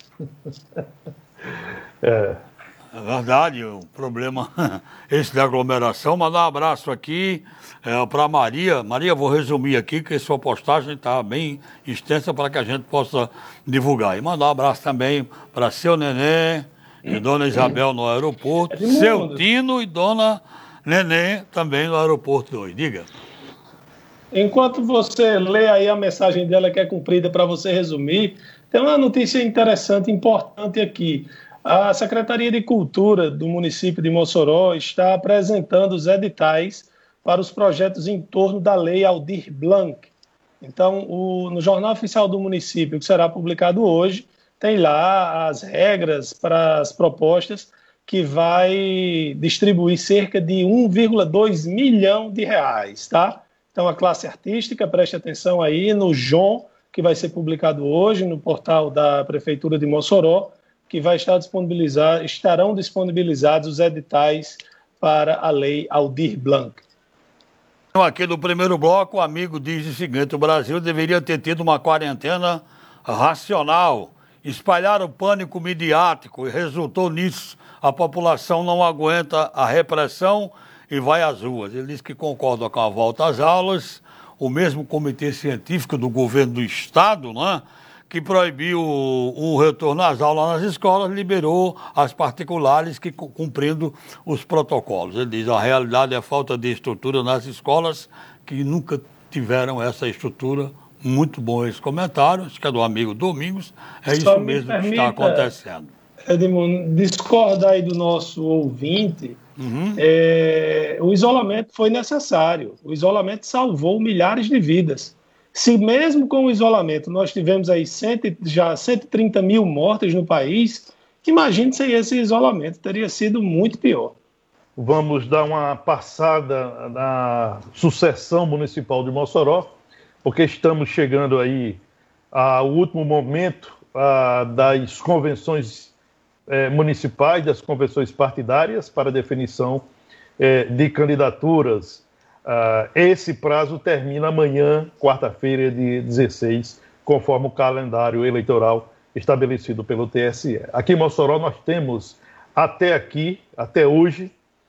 É... É verdade, o problema esse da aglomeração. Mandar um abraço aqui é, para Maria. Maria, vou resumir aqui, que sua postagem está bem extensa para que a gente possa divulgar. E mandar um abraço também para seu Nenê e Dona Isabel no aeroporto, é seu Tino e Dona Nenê também no aeroporto dois. Diga. Enquanto você lê aí a mensagem dela, que é cumprida, para você resumir, tem uma notícia interessante, importante aqui. A Secretaria de Cultura do município de Mossoró está apresentando os editais para os projetos em torno da Lei Aldir Blanc. Então, o, no Jornal Oficial do município, que será publicado hoje, tem lá as regras para as propostas, que vai distribuir cerca de um vírgula dois milhão de reais, tá? Então, a classe artística, preste atenção aí no J O M, que vai ser publicado hoje no portal da Prefeitura de Mossoró, que vai estar disponibilizar, estarão disponibilizados os editais para a Lei Aldir Blanc. Aqui no primeiro bloco, o amigo diz o seguinte: o Brasil deveria ter tido uma quarentena racional. Espalhar o pânico midiático e resultou nisso. A população não aguenta a repressão e vai às ruas. Ele diz que concorda com a volta às aulas. O mesmo comitê científico do governo do estado, né, que proibiu o retorno às aulas nas escolas, liberou as particulares que cumprindo os protocolos. Ele diz que a realidade é a falta de estrutura nas escolas, que nunca tiveram essa estrutura. Muito bom esse comentário, acho que é do amigo Domingos, é Só isso mesmo permita, que está acontecendo. Edmundo, discorda aí do nosso ouvinte, uhum. é, o isolamento foi necessário, o isolamento salvou milhares de vidas. Se mesmo com o isolamento nós tivemos aí cento, já cento e trinta mil mortes no país, imagine se esse isolamento teria sido muito pior. vamos dar uma passada na sucessão municipal de Mossoró, porque estamos chegando aí ao último momento ah, das convenções eh, municipais, das convenções partidárias para definição eh, de candidaturas. Ah, esse prazo termina amanhã, quarta-feira de dezesseis, conforme o calendário eleitoral estabelecido pelo T S E. Aqui em Mossoró nós temos até aqui, até hoje,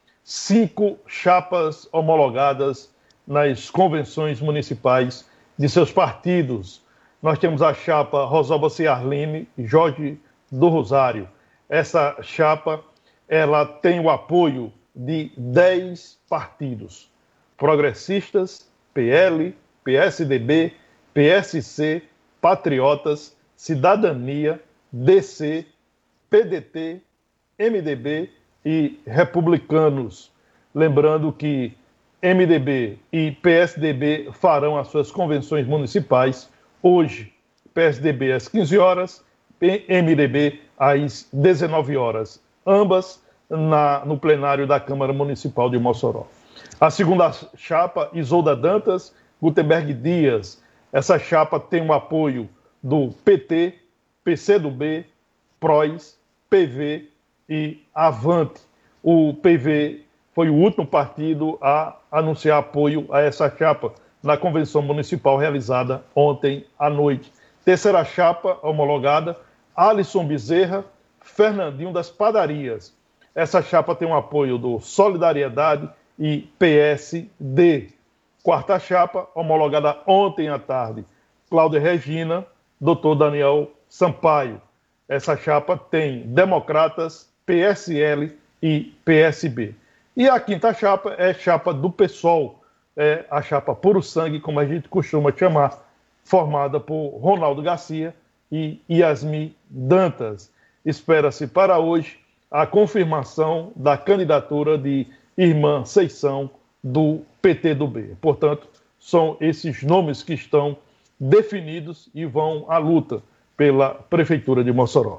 cinco chapas homologadas nas convenções municipais de seus partidos. Nós temos a chapa Rosalba Ciarline e Jorge do Rosário. Essa chapa, ela tem o apoio de dez partidos: progressistas, P L, P S D B, P S C, Patriotas, Cidadania, D C, P D T, M D B e Republicanos. Lembrando que M D B e P S D B farão as suas convenções municipais hoje. P S D B às quinze horas, M D B às dezenove horas, ambas na, no plenário da Câmara Municipal de Mossoró. A segunda chapa, Isolda Dantas, Gutenberg Dias. Essa chapa tem o apoio do P T, P C do B, P R O S, P V e Avante. O P V foi o último partido a anunciar apoio a essa chapa na convenção municipal realizada ontem à noite. Terceira chapa homologada, Alisson Bezerra, Fernandinho das Padarias. Essa chapa tem o apoio do Solidariedade e P S D. Quarta chapa, homologada ontem à tarde, Cláudia Regina, doutor Daniel Sampaio. Essa chapa tem Democratas, P S L e P S B. E a quinta chapa é chapa do PSOL, é a chapa Puro Sangue, como a gente costuma chamar, formada por Ronaldo Garcia e Yasmin Dantas. Espera-se para hoje a confirmação da candidatura de Irmã Seição do P T do B. Portanto, são esses nomes que estão definidos e vão à luta pela Prefeitura de Mossoró.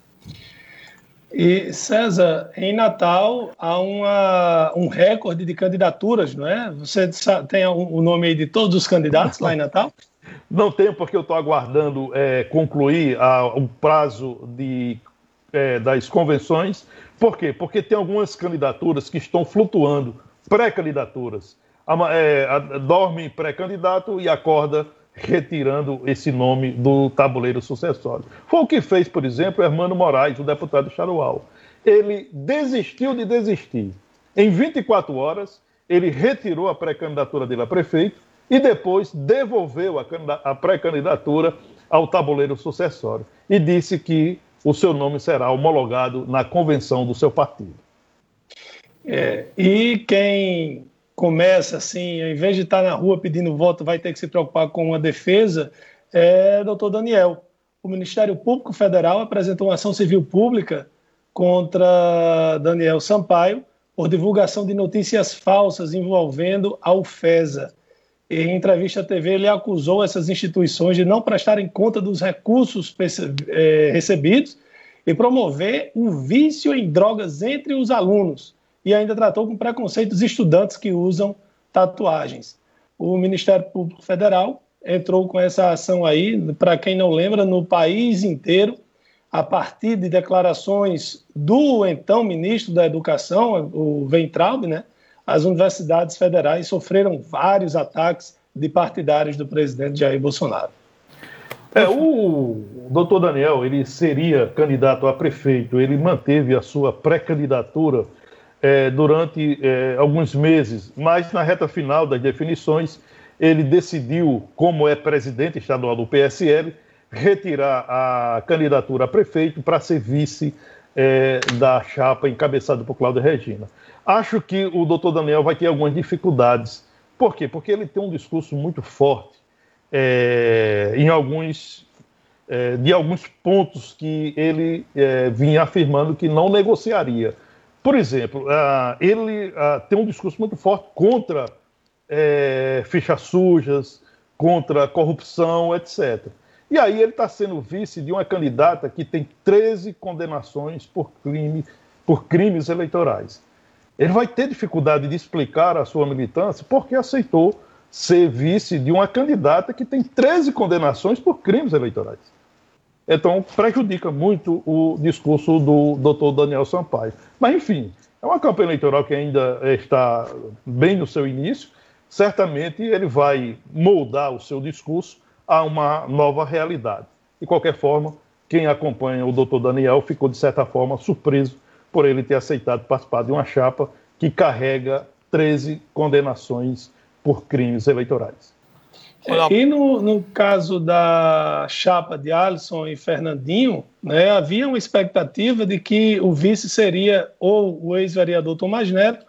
E, César, em Natal há uma, um recorde de candidaturas, não é? Você tem o nome aí de todos os candidatos lá em Natal? Não tenho, porque eu estou aguardando é, concluir a, o prazo de, é, das convenções. Por quê? Porque tem algumas candidaturas que estão flutuando, pré-candidaturas. É, dorme pré-candidato e acorda retirando esse nome do tabuleiro sucessório. Foi o que fez, por exemplo, Hermano Moraes, o deputado estadual. Ele desistiu de desistir. Em vinte e quatro horas, ele retirou a pré-candidatura dele a prefeito e depois devolveu a, a pré-candidatura ao tabuleiro sucessório e disse que o seu nome será homologado na convenção do seu partido. É, e quem começa assim, ao invés de estar na rua pedindo voto, vai ter que se preocupar com uma defesa, é o doutor Daniel. O Ministério Público Federal apresentou uma ação civil pública contra Daniel Sampaio por divulgação de notícias falsas envolvendo a UFESA. Em entrevista à T V, ele acusou essas instituições de não prestarem conta dos recursos é, recebidos e promover o vício em drogas entre os alunos. E ainda tratou com preconceito os estudantes que usam tatuagens. O Ministério Público Federal entrou com essa ação aí, para quem não lembra, no país inteiro, a partir de declarações do então ministro da Educação, o Weintraub, né? As universidades federais sofreram vários ataques de partidários do presidente Jair Bolsonaro. É, o doutor Daniel, ele seria candidato a prefeito, ele manteve a sua pré-candidatura É, durante é, alguns meses, mas na reta final das definições, ele decidiu, como é presidente estadual do P S L, retirar a candidatura a prefeito para ser vice é, da chapa encabeçada por Cláudia Regina. Acho que o doutor Daniel vai ter algumas dificuldades. Por quê? Porque ele tem um discurso muito forte é, em alguns, é, de alguns pontos que ele é, vinha afirmando que não negociaria. Por exemplo, uh, ele uh, tem um discurso muito forte contra uh, fichas sujas, contra corrupção, etcétera. E aí ele está sendo vice de uma candidata que tem treze condenações por, crime, por crimes eleitorais. ele vai ter dificuldade de explicar a sua militância porque aceitou ser vice de uma candidata que tem treze condenações por crimes eleitorais. Então, prejudica muito o discurso do doutor Daniel Sampaio. Mas, enfim, é uma campanha eleitoral que ainda está bem no seu início. Certamente ele vai moldar o seu discurso a uma nova realidade. De qualquer forma, quem acompanha o doutor Daniel ficou, de certa forma, surpreso por ele ter aceitado participar de uma chapa que carrega treze condenações por crimes eleitorais. É, e no, no caso da chapa de Alisson e Fernandinho, né, havia uma expectativa de que o vice seria ou o ex-vereador Tomás Neto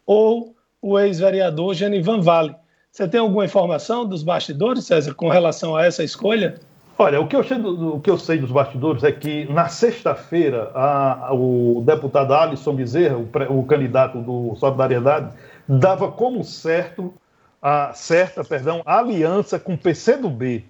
ou o ex-vereador Genivan Vale. Você tem alguma informação dos bastidores, César, com relação a essa escolha? Olha, o que eu sei, do, o que eu sei dos bastidores é que na sexta-feira a, a, o deputado Alisson Bezerra, o, pré, o candidato do Solidariedade, dava como certo a certa, perdão, a aliança com o P C do B.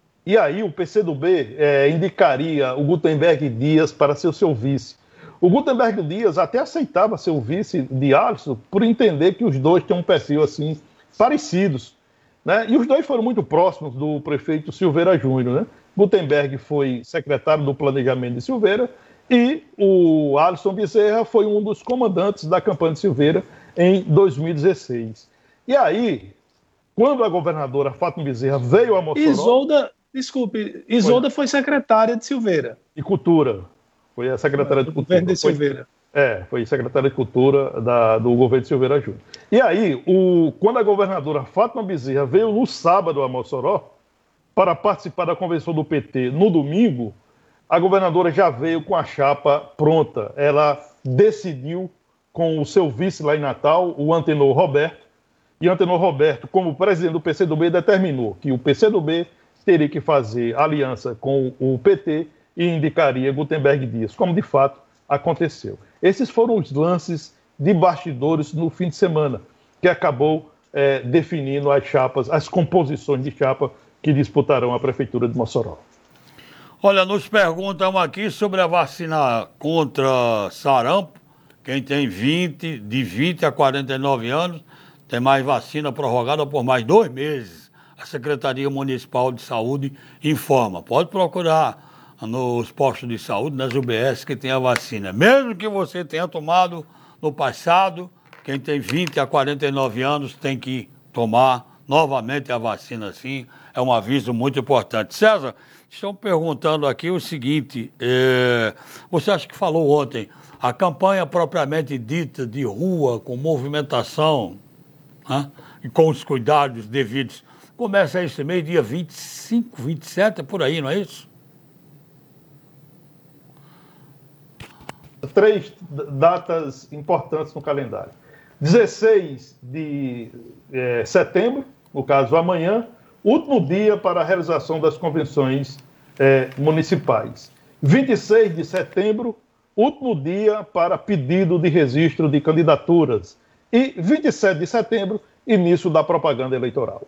E aí o P C do B é, indicaria o Gutenberg Dias para ser o seu vice. O Gutenberg Dias até aceitava ser o vice de Alisson por entender que os dois têm um perfil assim parecidos, né? E os dois foram muito próximos do prefeito Silveira Júnior, né? Gutenberg foi secretário do Planejamento de Silveira e o Alisson Bezerra foi um dos comandantes da campanha de Silveira em dois mil e dezesseis. E aí, quando a governadora Fátima Bezerra veio a Mossoró... Isolda, desculpe, Isolda foi, foi secretária de Silveira. De Cultura. Foi a secretária de Cultura. Governo de Silveira. Foi, é, foi secretária de Cultura da, do governo de Silveira Júnior. E aí, o, quando a governadora Fátima Bezerra veio no sábado a Mossoró para participar da convenção do P T no domingo, a governadora já veio com a chapa pronta. Ela decidiu com o seu vice lá em Natal, o Antenor Roberto, e Antenor Roberto, como presidente do P C do B, determinou que o P C do B teria que fazer aliança com o P T e indicaria Gutenberg Dias, como de fato aconteceu. Esses foram os lances de bastidores no fim de semana, que acabou é, definindo as chapas, as composições de chapa que disputarão a Prefeitura de Mossoró. Olha, nos perguntam aqui sobre a vacina contra sarampo. Quem tem vinte, de vinte a quarenta e nove anos, tem mais vacina prorrogada por mais dois meses. A Secretaria Municipal de Saúde informa. Pode procurar nos postos de saúde, nas U B S, que tem a vacina. Mesmo que você tenha tomado no passado, quem tem vinte a quarenta e nove anos tem que tomar novamente a vacina, sim. É um aviso muito importante. César, estão perguntando aqui o seguinte, é, você acha que falou ontem, a campanha propriamente dita de rua, com movimentação, né, e com os cuidados devidos, começa esse mês, dia vinte e cinco, vinte e sete, é por aí, não é isso? Três datas importantes no calendário. dezesseis de é, setembro, no caso amanhã, último dia para a realização das convenções é, municipais. vinte e seis de setembro, último dia para pedido de registro de candidaturas. E vinte e sete de setembro, início da propaganda eleitoral.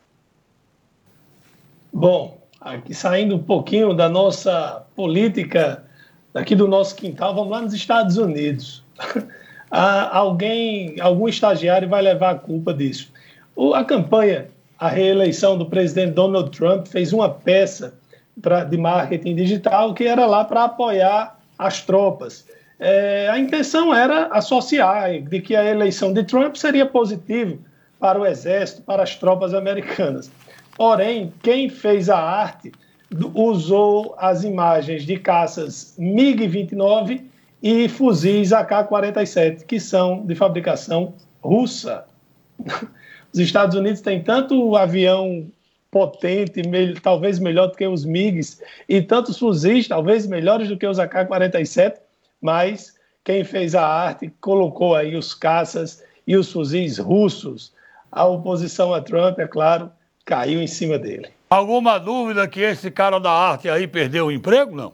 Bom, aqui saindo um pouquinho da nossa política, daqui do nosso quintal, vamos lá nos Estados Unidos. Alguém, algum estagiário vai levar a culpa disso. O, a campanha, a reeleição do presidente Donald Trump fez uma peça pra, de marketing digital que era lá para apoiar as tropas. É, a intenção era associar de que a eleição de Trump seria positiva para o exército, para as tropas americanas. Porém, quem fez a arte usou as imagens de caças MiG vinte e nove e fuzis A K quarenta e sete, que são de fabricação russa. Os Estados Unidos têm tanto avião potente, me, talvez melhor do que os MiGs, e tantos fuzis, talvez melhores do que os A K quarenta e sete, mas quem fez a arte colocou aí os caças e os fuzis russos. A oposição a Trump, é claro, caiu em cima dele. Alguma dúvida que esse cara da arte aí perdeu o emprego, não?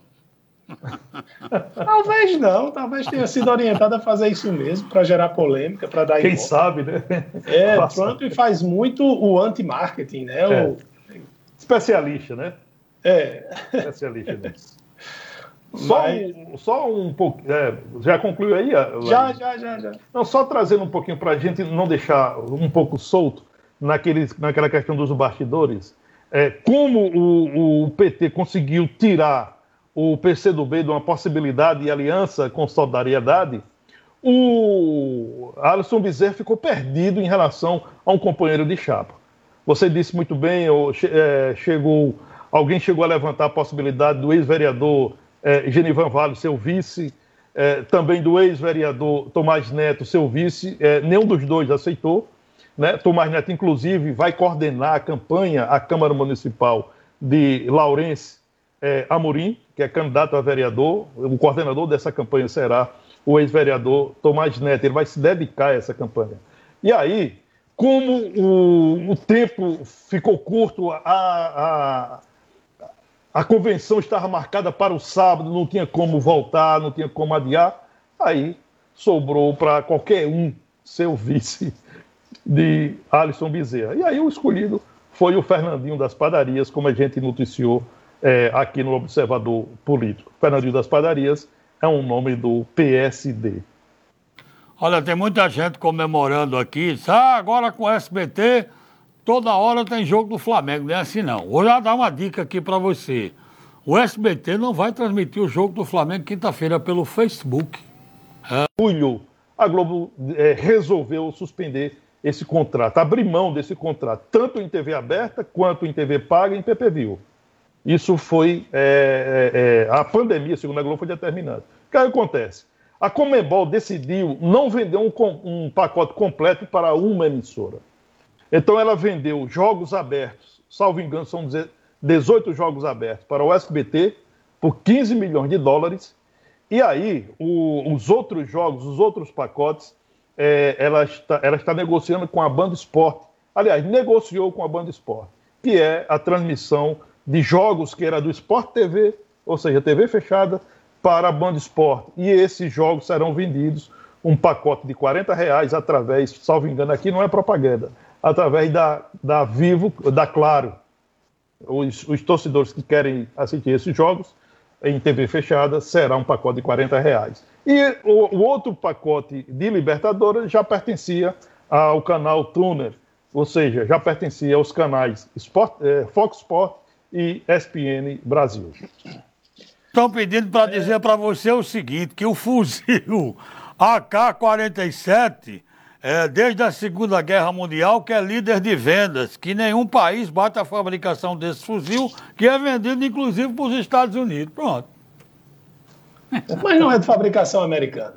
Talvez não, talvez tenha sido orientado a fazer isso mesmo, para gerar polêmica, para dar Quem igual. sabe, né? É, Trump faz muito o anti-marketing, né? É. O... Especialista, né? É. Especialista nisso. Só, Mas... um, só um pouco. É, já concluiu aí? Já, já, já, já. Não, só trazendo um pouquinho para a gente não deixar um pouco solto naqueles, naquela questão dos bastidores. É, como o, o P T conseguiu tirar o P C do B de uma possibilidade de aliança com Solidariedade, o Alisson Bezerra ficou perdido em relação a um companheiro de chapa. Você disse muito bem, é, chegou, alguém chegou a levantar a possibilidade do ex-vereador é, Genivan Vale ser o vice, é, também do ex-vereador Tomás Neto ser o vice, é, nenhum dos dois aceitou. Né? Tomás Neto, inclusive, vai coordenar a campanha à Câmara Municipal de Laurence é, Amorim, que é candidato a vereador. O coordenador dessa campanha será o ex-vereador Tomás Neto. Ele vai se dedicar a essa campanha. E aí, como o, o tempo ficou curto, a, a, a convenção estava marcada para o sábado, não tinha como voltar, não tinha como adiar, aí sobrou para qualquer um ser o vice de Alisson Bezerra. E aí o escolhido foi o Fernandinho das Padarias, como a gente noticiou é, aqui no Observador Político. Fernandinho das Padarias é um nome do P S D. Olha, tem muita gente comemorando aqui. Ah, agora com o S B T, toda hora tem jogo do Flamengo. Não é assim, não. Vou já dar uma dica aqui para você. O S B T não vai transmitir o jogo do Flamengo quinta-feira pelo Facebook. É. Julho, a Globo é, resolveu suspender esse contrato, abrir mão desse contrato, tanto em T V aberta, quanto em T V paga e em P P V. Isso foi, é, é, a pandemia, segundo a Globo, foi determinada. O que acontece? A Conmebol decidiu não vender um, um pacote completo para uma emissora. Então ela vendeu jogos abertos, salvo engano, são dezoito jogos abertos para o S B T, por quinze milhões de dólares, e aí o, os outros jogos, os outros pacotes, É, ela, está, ela está negociando com a Band Sport, aliás, negociou com a Band Sport, que é a transmissão de jogos que era do Sport T V, ou seja, T V fechada, para a Band Sport. E esses jogos serão vendidos, um pacote de quarenta reais, através, salvo engano, aqui não é propaganda, através da, da Vivo, da Claro. Os, os torcedores que querem assistir esses jogos em T V fechada, será um pacote de quarenta reais. E o, o outro pacote de Libertadores já pertencia ao canal Tuner, ou seja, já pertencia aos canais Sport, eh, Fox Sport e E S P N Brasil. Estão pedindo para dizer para você o seguinte, que o fuzil A K quarenta e sete, é, desde a Segunda Guerra Mundial, que é líder de vendas, que nenhum país bate a fabricação desse fuzil, que é vendido inclusive para os Estados Unidos. Pronto. Mas não é de fabricação americana.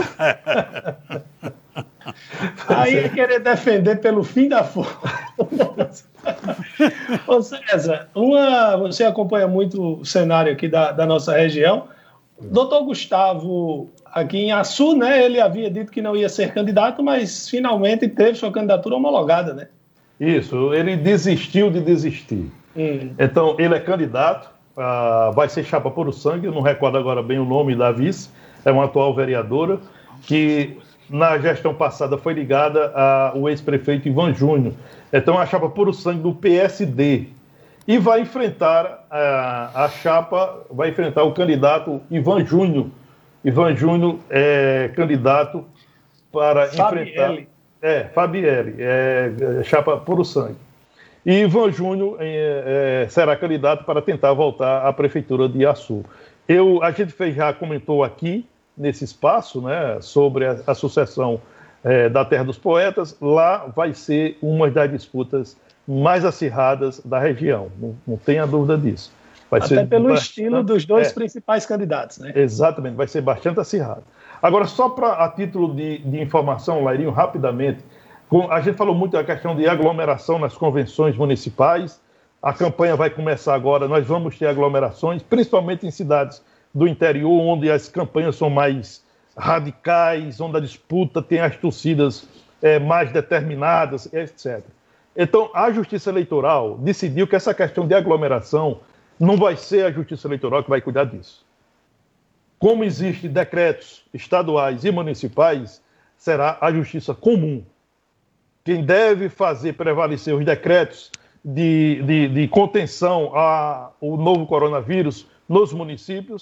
Aí é querer defender pelo fim da força. Ô César, uma, você acompanha muito o cenário aqui da, da nossa região. Doutor Gustavo, aqui em Açu, né, ele havia dito que não ia ser candidato, mas finalmente teve sua candidatura homologada, né? Isso, ele desistiu de desistir. Hum. Então, ele é candidato, uh, vai ser chapa puro sangue, eu não recordo agora bem o nome da vice, é uma atual vereadora, que na gestão passada foi ligada ao ex-prefeito Ivan Júnior. Então, a chapa puro sangue do P S D. E vai enfrentar a, a chapa, vai enfrentar o candidato Ivan Júnior. Ivan Júnior é candidato para Fabielle. enfrentar... É, Fabielle, é, é chapa puro sangue. E Ivan Júnior é, é, será candidato para tentar voltar à prefeitura de Açu. Eu, a gente fez, já comentou aqui, nesse espaço, né, sobre a, a sucessão é, da Terra dos Poetas. Lá vai ser uma das disputas mais acirradas da região, não, não tenha dúvida disso. Vai Até ser pelo bastante, estilo dos dois é, principais candidatos, né? Exatamente, vai ser bastante acirrado. Agora, só para a título de, de informação, Lairinho, rapidamente, com, a gente falou muito da questão de aglomeração nas convenções municipais. A campanha vai começar agora, nós vamos ter aglomerações, principalmente em cidades do interior, onde as campanhas são mais radicais, onde a disputa tem as torcidas é, mais determinadas, etcétera. Então, a Justiça Eleitoral decidiu que essa questão de aglomeração não vai ser a Justiça Eleitoral que vai cuidar disso. Como existem decretos estaduais e municipais, será a Justiça Comum. Quem deve fazer prevalecer os decretos de, de, de contenção ao novo coronavírus nos municípios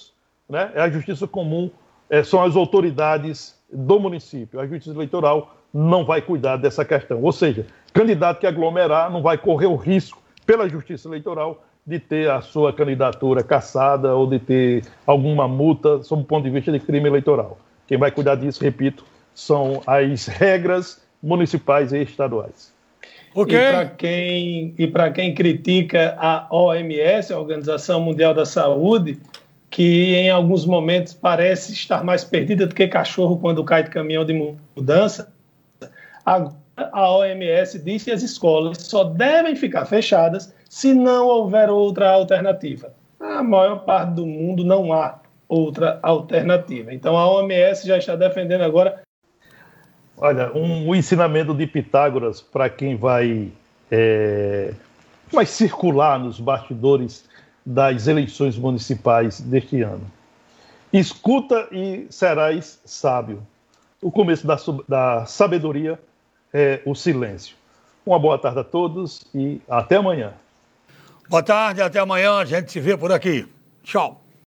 né? É a justiça comum, é, são as autoridades do município. A justiça eleitoral não vai cuidar dessa questão. Ou seja, candidato que aglomerar não vai correr o risco, pela justiça eleitoral, de ter a sua candidatura cassada ou de ter alguma multa sob o ponto de vista de crime eleitoral. Quem vai cuidar disso, repito, são as regras municipais e estaduais. Okay. E para quem, e para quem critica a O M S, a Organização Mundial da Saúde, que em alguns momentos parece estar mais perdida do que cachorro quando cai de caminhão de mudança, a, a O M S diz que as escolas só devem ficar fechadas se não houver outra alternativa. Na maior parte do mundo não há outra alternativa. Então a O M S já está defendendo agora. Olha, um, um ensinamento de Pitágoras para quem vai, é, vai circular nos bastidores das eleições municipais deste ano. Escuta e serás sábio. O começo da, da sabedoria é o silêncio. Uma boa tarde a todos e até amanhã. Boa tarde, até amanhã. A gente se vê por aqui. Tchau.